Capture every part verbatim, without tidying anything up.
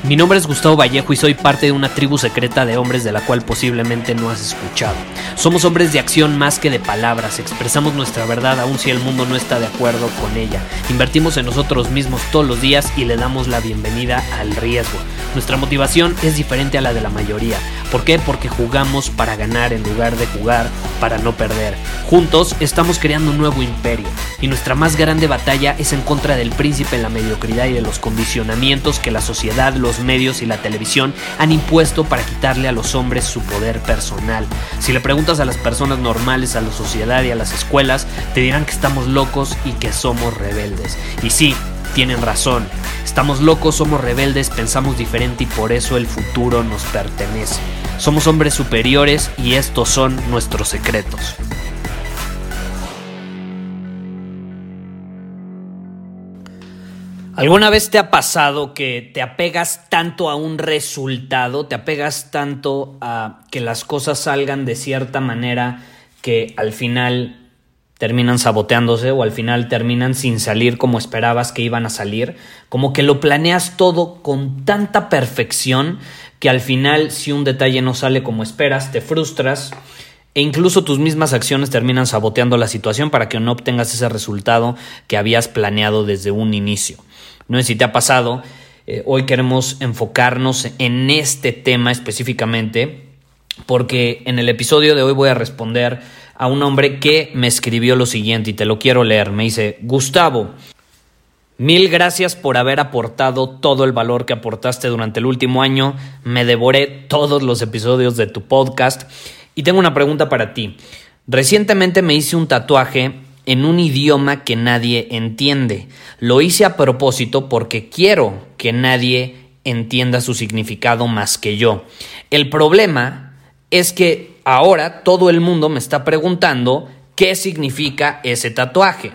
Mi nombre es Gustavo Vallejo y soy parte de una tribu secreta de hombres de la cual posiblemente no has escuchado. Somos hombres de acción más que de palabras, expresamos nuestra verdad aun si el mundo no está de acuerdo con ella. Invertimos en nosotros mismos todos los días y le damos la bienvenida al riesgo. Nuestra motivación es diferente a la de la mayoría. ¿Por qué? Porque jugamos para ganar en lugar de jugar para no perder. Juntos estamos creando un nuevo imperio y nuestra más grande batalla es en contra del príncipe, la mediocridad y de los condicionamientos que la sociedad, los medios y la televisión han impuesto para quitarle a los hombres su poder personal. Si le preguntas a las personas normales, a la sociedad y a las escuelas, te dirán que estamos locos y que somos rebeldes. Y sí, tienen razón. Estamos locos, somos rebeldes, pensamos diferente y por eso el futuro nos pertenece. Somos hombres superiores y estos son nuestros secretos. ¿Alguna vez te ha pasado que te apegas tanto a un resultado, te apegas tanto a que las cosas salgan de cierta manera que al final terminan saboteándose o al final terminan sin salir como esperabas que iban a salir? Como que lo planeas todo con tanta perfección que al final, si un detalle no sale como esperas, te frustras e incluso tus mismas acciones terminan saboteando la situación para que no obtengas ese resultado que habías planeado desde un inicio. No sé si te ha pasado. Eh, hoy queremos enfocarnos en este tema específicamente porque en el episodio de hoy voy a responder a un hombre que me escribió lo siguiente y te lo quiero leer. Me dice: Gustavo, mil gracias por haber aportado todo el valor que aportaste durante el último año. Me devoré todos los episodios de tu podcast y tengo una pregunta para ti. Recientemente me hice un tatuaje en un idioma que nadie entiende. Lo hice a propósito porque quiero que nadie entienda su significado más que yo. El problema es que ahora todo el mundo me está preguntando qué significa ese tatuaje.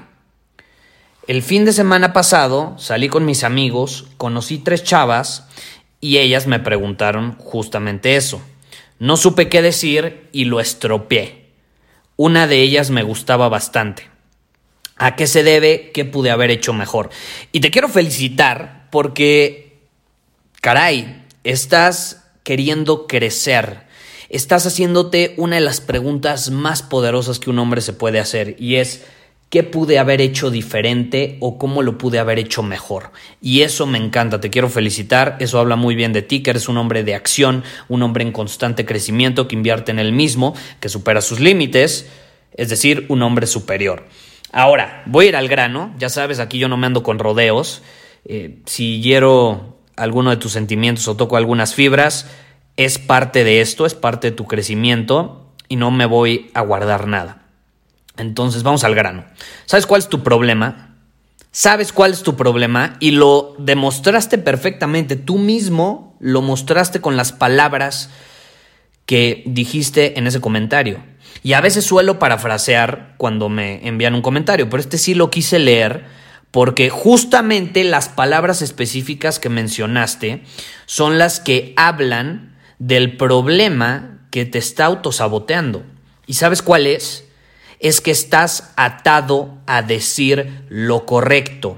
El fin de semana pasado salí con mis amigos, conocí tres chavas y ellas me preguntaron justamente eso. No supe qué decir y lo estropeé. Una de ellas me gustaba bastante. ¿A qué se debe? ¿Qué pude haber hecho mejor? Y te quiero felicitar porque, caray, estás queriendo crecer. Estás haciéndote una de las preguntas más poderosas que un hombre se puede hacer y es: ¿qué pude haber hecho diferente o cómo lo pude haber hecho mejor? Y eso me encanta, te quiero felicitar. Eso habla muy bien de ti, que eres un hombre de acción, un hombre en constante crecimiento, que invierte en él mismo, que supera sus límites, es decir, un hombre superior. Ahora, voy a ir al grano. Ya sabes, aquí yo no me ando con rodeos. Eh, si hiero alguno de tus sentimientos o toco algunas fibras, es parte de esto, es parte de tu crecimiento y no me voy a guardar nada. Entonces, vamos al grano. ¿Sabes cuál es tu problema? ¿Sabes cuál es tu problema? Y lo demostraste perfectamente. Tú mismo lo mostraste con las palabras que dijiste en ese comentario. Y a veces suelo parafrasear cuando me envían un comentario, pero este sí lo quise leer porque justamente las palabras específicas que mencionaste son las que hablan del problema que te está autosaboteando. ¿Y sabes cuál es? Es que estás atado a decir lo correcto.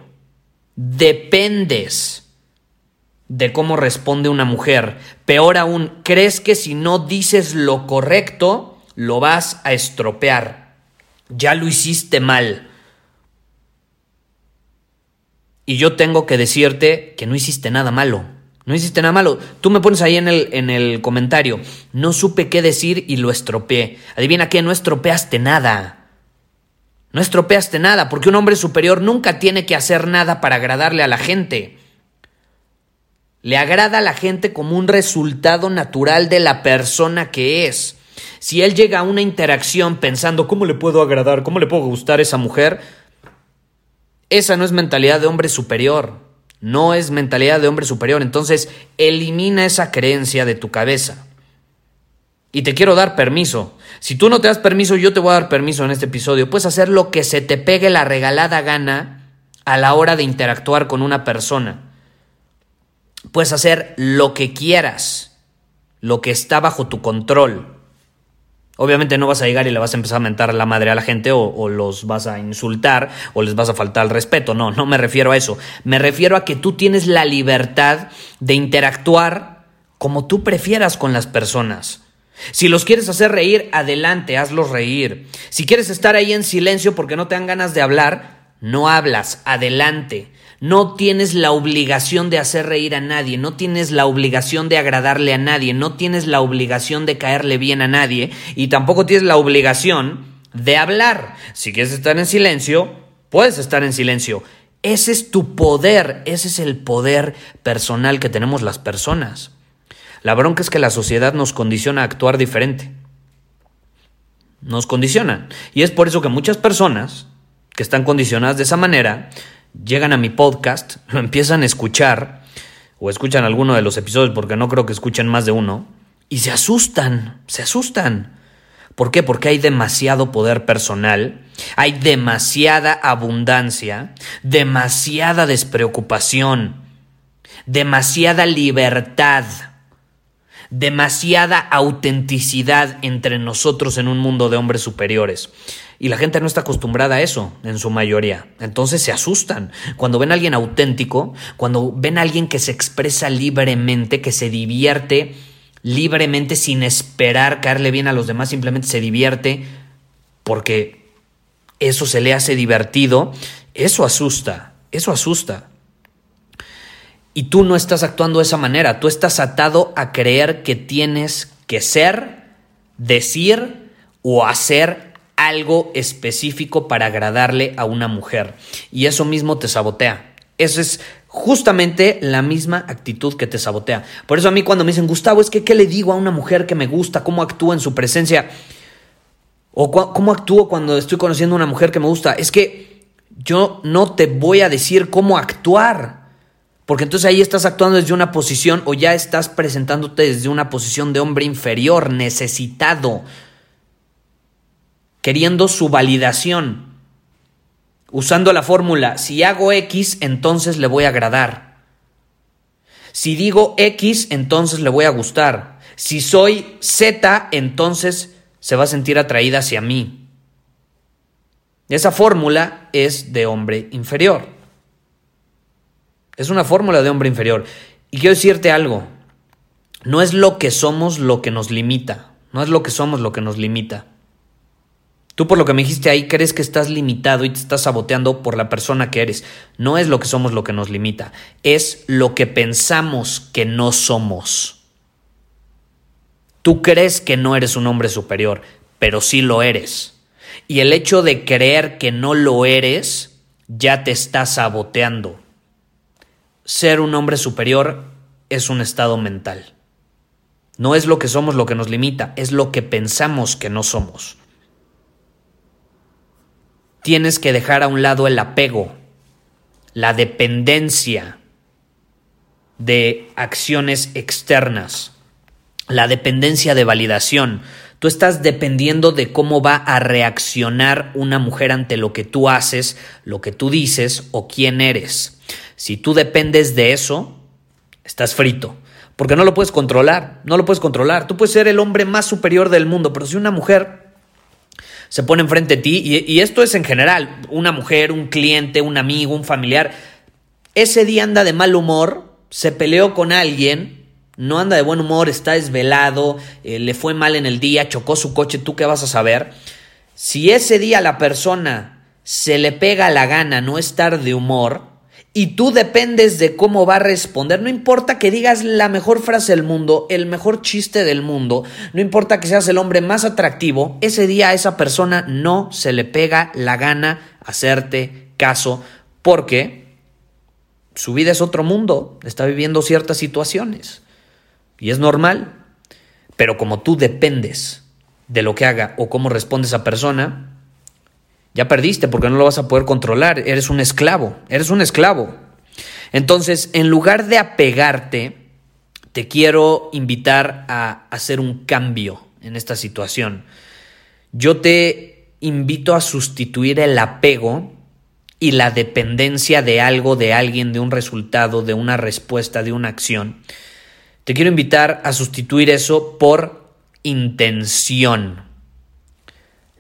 Dependes de cómo responde una mujer. Peor aún, crees que si no dices lo correcto, lo vas a estropear. Ya lo hiciste mal. Y yo tengo que decirte que no hiciste nada malo. No hiciste nada malo. Tú me pones ahí en el, en el comentario: no supe qué decir y lo estropeé. Adivina qué, no estropeaste nada. No estropeaste nada, porque un hombre superior nunca tiene que hacer nada para agradarle a la gente. Le agrada a la gente como un resultado natural de la persona que es. Si él llega a una interacción pensando: ¿cómo le puedo agradar? ¿Cómo le puedo gustar a esa mujer? Esa no es mentalidad de hombre superior. No es mentalidad de hombre superior. Entonces, elimina esa creencia de tu cabeza. Y te quiero dar permiso. Si tú no te das permiso, yo te voy a dar permiso en este episodio. Puedes hacer lo que se te pegue la regalada gana a la hora de interactuar con una persona. Puedes hacer lo que quieras, lo que está bajo tu control. Obviamente no vas a llegar y le vas a empezar a mentar la madre a la gente o, o los vas a insultar o les vas a faltar al respeto. No, no me refiero a eso. Me refiero a que tú tienes la libertad de interactuar como tú prefieras con las personas. Si los quieres hacer reír, adelante, hazlos reír. Si quieres estar ahí en silencio porque no te dan ganas de hablar, no hablas, adelante. No tienes la obligación de hacer reír a nadie, no tienes la obligación de agradarle a nadie, no tienes la obligación de caerle bien a nadie y tampoco tienes la obligación de hablar. Si quieres estar en silencio, puedes estar en silencio. Ese es tu poder, ese es el poder personal que tenemos las personas. La bronca es que la sociedad nos condiciona a actuar diferente. Nos condicionan. Y es por eso que muchas personas que están condicionadas de esa manera llegan a mi podcast, lo empiezan a escuchar o escuchan alguno de los episodios porque no creo que escuchen más de uno y se asustan, se asustan. ¿Por qué? Porque hay demasiado poder personal, hay demasiada abundancia, demasiada despreocupación, demasiada libertad, demasiada autenticidad entre nosotros en un mundo de hombres superiores. Y la gente no está acostumbrada a eso, en su mayoría. Entonces se asustan. Cuando ven a alguien auténtico, cuando ven a alguien que se expresa libremente, que se divierte libremente sin esperar caerle bien a los demás, simplemente se divierte porque eso se le hace divertido, eso asusta, eso asusta. Y tú no estás actuando de esa manera, tú estás atado a creer que tienes que ser, decir o hacer algo específico para agradarle a una mujer. Y eso mismo te sabotea. Eso es justamente la misma actitud que te sabotea. Por eso a mí cuando me dicen, Gustavo, es que ¿qué le digo a una mujer que me gusta? ¿Cómo actúo en su presencia? ¿O cu- cómo actúo cuando estoy conociendo a una mujer que me gusta? Es que yo no te voy a decir cómo actuar. Porque entonces ahí estás actuando desde una posición o ya estás presentándote desde una posición de hombre inferior, necesitado, queriendo su validación, usando la fórmula, si hago X, entonces le voy a agradar. Si digo X, entonces le voy a gustar. Si soy Z, entonces se va a sentir atraída hacia mí. Esa fórmula es de hombre inferior. Es una fórmula de hombre inferior. Y quiero decirte algo. No es lo que somos lo que nos limita. No es lo que somos lo que nos limita. Tú por lo que me dijiste ahí crees que estás limitado y te estás saboteando por la persona que eres. No es lo que somos lo que nos limita. Es lo que pensamos que no somos. Tú crees que no eres un hombre superior, pero sí lo eres. Y el hecho de creer que no lo eres ya te está saboteando. Ser un hombre superior es un estado mental. No es lo que somos lo que nos limita, es lo que pensamos que no somos. Tienes que dejar a un lado el apego, la dependencia de acciones externas, la dependencia de validación. Tú estás dependiendo de cómo va a reaccionar una mujer ante lo que tú haces, lo que tú dices o quién eres. Si tú dependes de eso, estás frito, porque no lo puedes controlar, no lo puedes controlar. Tú puedes ser el hombre más superior del mundo, pero si una mujer se pone enfrente de ti, y, y esto es en general, una mujer, un cliente, un amigo, un familiar, ese día anda de mal humor, se peleó con alguien, no anda de buen humor, está desvelado, eh, le fue mal en el día, chocó su coche, ¿tú qué vas a saber? Si ese día a la persona se le pega la gana no estar de humor, y tú dependes de cómo va a responder, no importa que digas la mejor frase del mundo, el mejor chiste del mundo, no importa que seas el hombre más atractivo, ese día a esa persona no se le pega la gana hacerte caso, porque su vida es otro mundo, está viviendo ciertas situaciones, y es normal, pero como tú dependes de lo que haga o cómo responde esa persona, ya perdiste porque no lo vas a poder controlar. Eres un esclavo, eres un esclavo. Entonces, en lugar de apegarte, te quiero invitar a hacer un cambio en esta situación. Yo te invito a sustituir el apego y la dependencia de algo, de alguien, de un resultado, de una respuesta, de una acción. Te quiero invitar a sustituir eso por intención.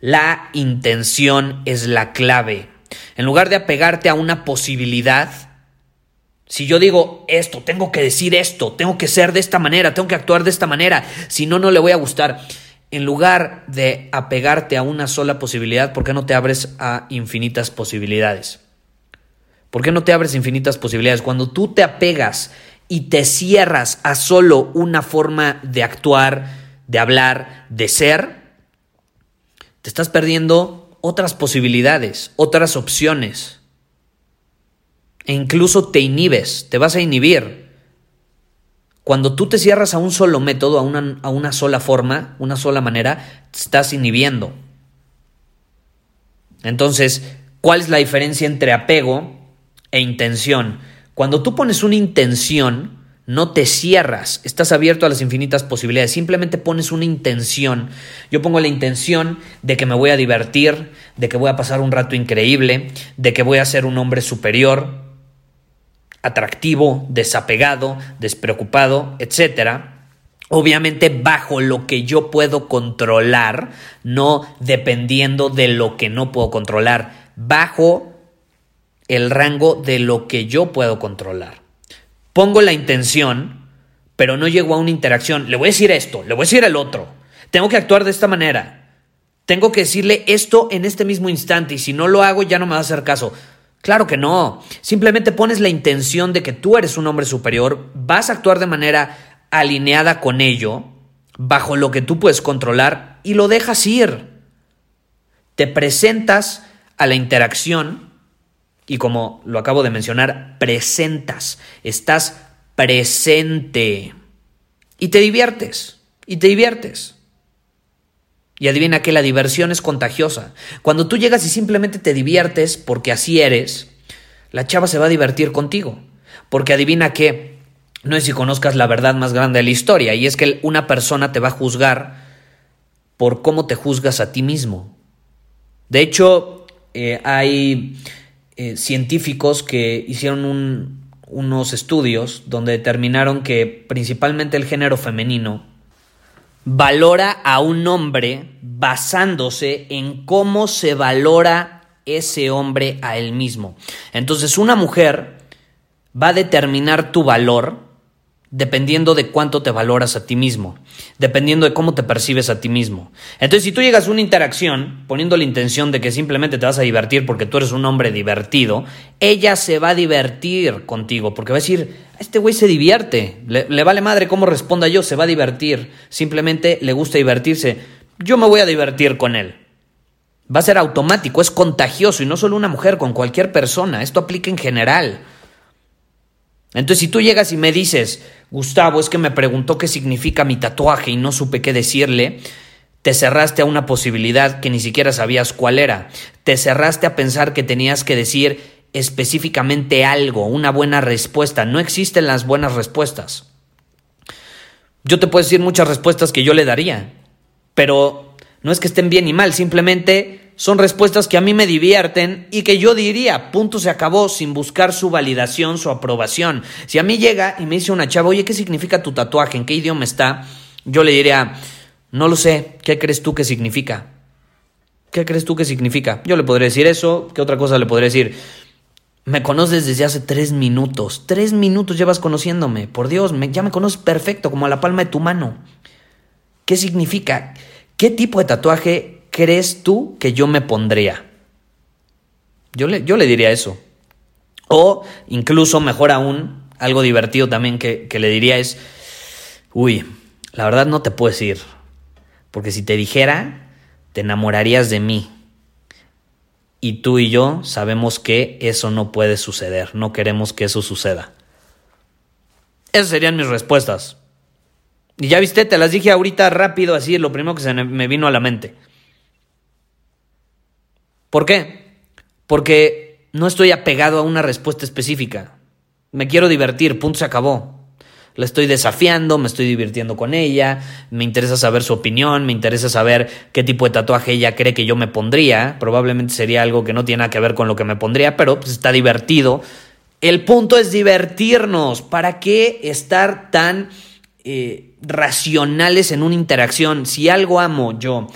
La intención es la clave. En lugar de apegarte a una posibilidad, si yo digo esto, tengo que decir esto, tengo que ser de esta manera, tengo que actuar de esta manera, si no, no le voy a gustar. En lugar de apegarte a una sola posibilidad, ¿por qué no te abres a infinitas posibilidades? ¿Por qué no te abres a infinitas posibilidades? Cuando tú te apegas y te cierras a solo una forma de actuar, de hablar, de ser, te estás perdiendo otras posibilidades, otras opciones. E incluso te inhibes, te vas a inhibir. Cuando tú te cierras a un solo método, a una, a una sola forma, una sola manera, te estás inhibiendo. Entonces, ¿cuál es la diferencia entre apego e intención? Cuando tú pones una intención, no te cierras, estás abierto a las infinitas posibilidades, simplemente pones una intención. Yo pongo la intención de que me voy a divertir, de que voy a pasar un rato increíble, de que voy a ser un hombre superior, atractivo, desapegado, despreocupado, etcétera. Obviamente bajo lo que yo puedo controlar, no dependiendo de lo que no puedo controlar, bajo el rango de lo que yo puedo controlar. Pongo la intención, pero no llego a una interacción. Le voy a decir esto, le voy a decir el otro. Tengo que actuar de esta manera. Tengo que decirle esto en este mismo instante y si no lo hago ya no me va a hacer caso. Claro que no. Simplemente pones la intención de que tú eres un hombre superior, vas a actuar de manera alineada con ello, bajo lo que tú puedes controlar y lo dejas ir. Te presentas a la interacción y como lo acabo de mencionar, presentas, estás presente y te diviertes, y te diviertes. Y adivina que la diversión es contagiosa. Cuando tú llegas y simplemente te diviertes porque así eres, la chava se va a divertir contigo. Porque adivina que, no sé si conozcas la verdad más grande de la historia, y es que una persona te va a juzgar por cómo te juzgas a ti mismo. De hecho, eh, hay eh, científicos que hicieron un, unos estudios donde determinaron que principalmente el género femenino valora a un hombre basándose en cómo se valora ese hombre a él mismo. Entonces, una mujer va a determinar tu valor dependiendo de cuánto te valoras a ti mismo, dependiendo de cómo te percibes a ti mismo. Entonces, si tú llegas a una interacción poniendo la intención de que simplemente te vas a divertir porque tú eres un hombre divertido, ella se va a divertir contigo porque va a decir, este güey se divierte, le, le vale madre cómo responda yo, se va a divertir, simplemente le gusta divertirse, yo me voy a divertir con él. Va a ser automático, es contagioso y no solo una mujer, con cualquier persona, esto aplica en general. Entonces, si tú llegas y me dices, Gustavo, es que me preguntó qué significa mi tatuaje y no supe qué decirle, te cerraste a una posibilidad que ni siquiera sabías cuál era. Te cerraste a pensar que tenías que decir específicamente algo, una buena respuesta. No existen las buenas respuestas. Yo te puedo decir muchas respuestas que yo le daría, pero no es que estén bien ni mal, simplemente son respuestas que a mí me divierten y que yo diría, punto, se acabó, sin buscar su validación, su aprobación. Si a mí llega y me dice una chava, oye, ¿qué significa tu tatuaje? ¿En qué idioma está? Yo le diría, no lo sé, ¿qué crees tú que significa? ¿Qué crees tú que significa? Yo le podría decir eso, ¿qué otra cosa le podría decir? Me conoces desde hace tres minutos, tres minutos llevas conociéndome, por Dios, me, ya me conoces perfecto, como a la palma de tu mano. ¿Qué significa? ¿Qué tipo de tatuaje crees tú que yo me pondría? Yo le, yo le diría eso. O incluso, mejor aún, algo divertido también que, que le diría es, uy, la verdad no te puedo decir, porque si te dijera, te enamorarías de mí. Y tú y yo sabemos que eso no puede suceder, no queremos que eso suceda. Esas serían mis respuestas. Y ya viste, te las dije ahorita rápido, así, lo primero que se me vino a la mente. ¿Por qué? Porque no estoy apegado a una respuesta específica. Me quiero divertir, punto, se acabó. La estoy desafiando, me estoy divirtiendo con ella, me interesa saber su opinión, me interesa saber qué tipo de tatuaje ella cree que yo me pondría. Probablemente sería algo que no tiene nada que ver con lo que me pondría, pero pues está divertido. El punto es divertirnos. ¿Para qué estar tan eh, racionales en una interacción? Si algo amo yo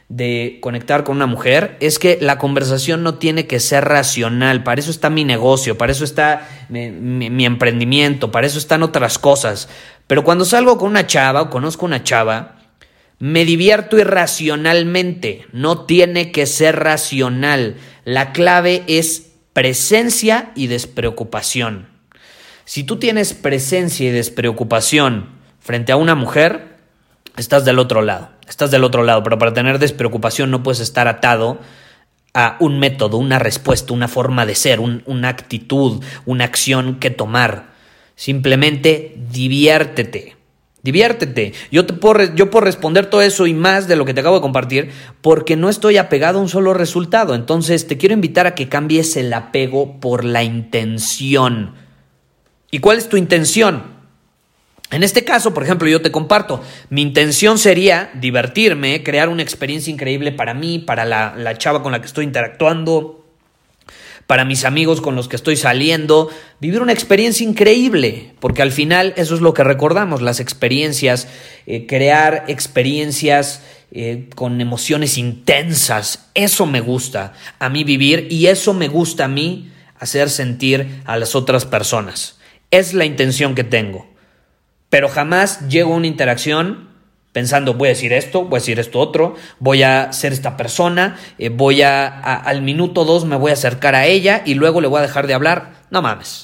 de conectar con una mujer es que la conversación no tiene que ser racional. Para eso está mi negocio, para eso está mi, mi, mi emprendimiento, para eso están otras cosas. Pero cuando salgo con una chava o conozco una chava, me divierto irracionalmente. No tiene que ser racional. La clave es presencia y despreocupación. Si tú tienes presencia y despreocupación frente a una mujer, estás del otro lado. Estás del otro lado, pero para tener despreocupación no puedes estar atado a un método, una respuesta, una forma de ser, un, una actitud, una acción que tomar. Simplemente diviértete. Diviértete. Yo, te puedo, yo puedo responder todo eso y más de lo que te acabo de compartir porque no estoy apegado a un solo resultado. Entonces te quiero invitar a que cambies el apego por la intención. ¿Y cuál es tu intención? En este caso, por ejemplo, yo te comparto, mi intención sería divertirme, crear una experiencia increíble para mí, para la, la chava con la que estoy interactuando, para mis amigos con los que estoy saliendo, vivir una experiencia increíble, porque al final eso es lo que recordamos, las experiencias, eh, crear experiencias eh, con emociones intensas, eso me gusta a mí vivir y eso me gusta a mí hacer sentir a las otras personas. Es la intención que tengo, pero jamás llego a una interacción pensando voy a decir esto, voy a decir esto otro, voy a ser esta persona, eh, voy a, a al minuto dos me voy a acercar a ella y luego le voy a dejar de hablar. No mames,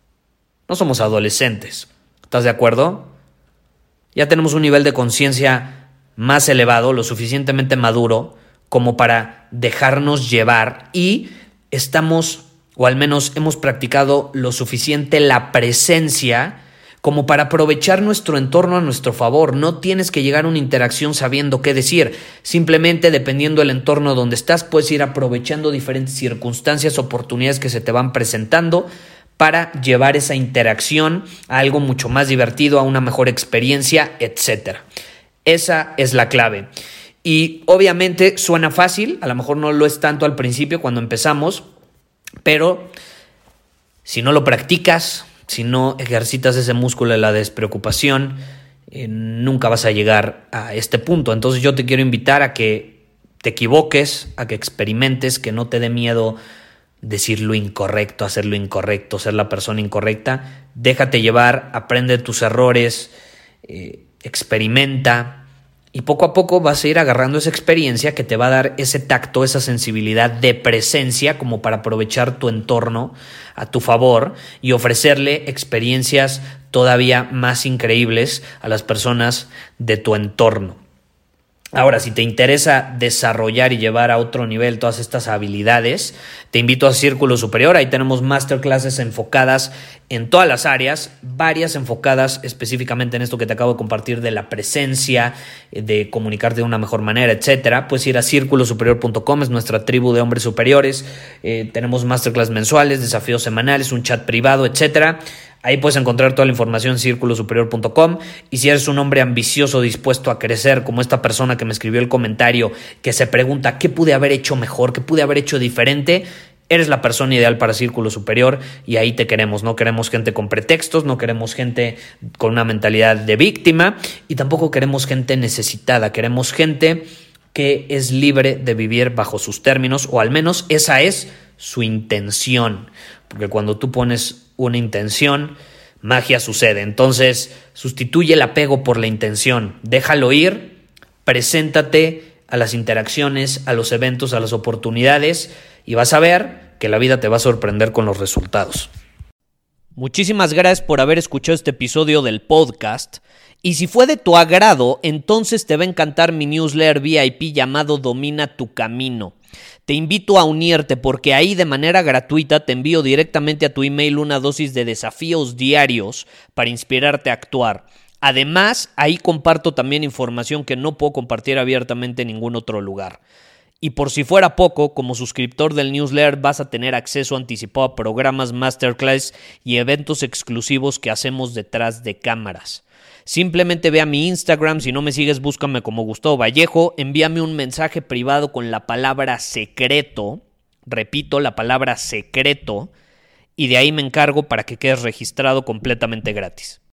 no somos adolescentes, ¿estás de acuerdo? Ya tenemos un nivel de conciencia más elevado, lo suficientemente maduro como para dejarnos llevar y estamos, o al menos hemos practicado lo suficiente la presencia como para aprovechar nuestro entorno a nuestro favor. No tienes que llegar a una interacción sabiendo qué decir. Simplemente dependiendo del entorno donde estás, puedes ir aprovechando diferentes circunstancias, oportunidades que se te van presentando para llevar esa interacción a algo mucho más divertido, a una mejor experiencia, etcétera. Esa es la clave. Y obviamente suena fácil, a lo mejor no lo es tanto al principio cuando empezamos, pero si no lo practicas, si no ejercitas ese músculo de la despreocupación, eh, nunca vas a llegar a este punto. Entonces yo te quiero invitar a que te equivoques, a que experimentes, que no te dé miedo decir lo incorrecto, hacer lo incorrecto, ser la persona incorrecta. Déjate llevar, aprende de tus errores, eh, experimenta y poco a poco vas a ir agarrando esa experiencia que te va a dar ese tacto, esa sensibilidad de presencia como para aprovechar tu entorno a tu favor y ofrecerle experiencias todavía más increíbles a las personas de tu entorno. Ahora, si te interesa desarrollar y llevar a otro nivel todas estas habilidades, te invito a Círculo Superior. Ahí tenemos masterclasses enfocadas en todas las áreas, varias enfocadas específicamente en esto que te acabo de compartir de la presencia, de comunicarte de una mejor manera, etcétera. Puedes ir a círculo superior punto com, es nuestra tribu de hombres superiores. Eh, tenemos masterclass mensuales, desafíos semanales, un chat privado, etcétera. Ahí puedes encontrar toda la información en círculo superior punto com y si eres un hombre ambicioso dispuesto a crecer como esta persona que me escribió el comentario que se pregunta ¿qué pude haber hecho mejor? ¿Qué pude haber hecho diferente? Eres la persona ideal para Círculo Superior y ahí te queremos. No queremos gente con pretextos, no queremos gente con una mentalidad de víctima y tampoco queremos gente necesitada. Queremos gente que es libre de vivir bajo sus términos o al menos esa es su intención. Porque cuando tú pones una intención, magia sucede. Entonces, sustituye el apego por la intención. Déjalo ir, preséntate a las interacciones, a los eventos, a las oportunidades y vas a ver que la vida te va a sorprender con los resultados. Muchísimas gracias por haber escuchado este episodio del podcast. Y si fue de tu agrado, entonces te va a encantar mi newsletter V I P llamado Domina tu Camino. Te invito a unirte porque ahí de manera gratuita te envío directamente a tu email una dosis de desafíos diarios para inspirarte a actuar. Además, ahí comparto también información que no puedo compartir abiertamente en ningún otro lugar. Y por si fuera poco, como suscriptor del newsletter vas a tener acceso anticipado a programas, masterclass y eventos exclusivos que hacemos detrás de cámaras. Simplemente ve a mi Instagram, si no me sigues búscame como Gustavo Vallejo, envíame un mensaje privado con la palabra secreto, repito, la palabra secreto, y de ahí me encargo para que quedes registrado completamente gratis.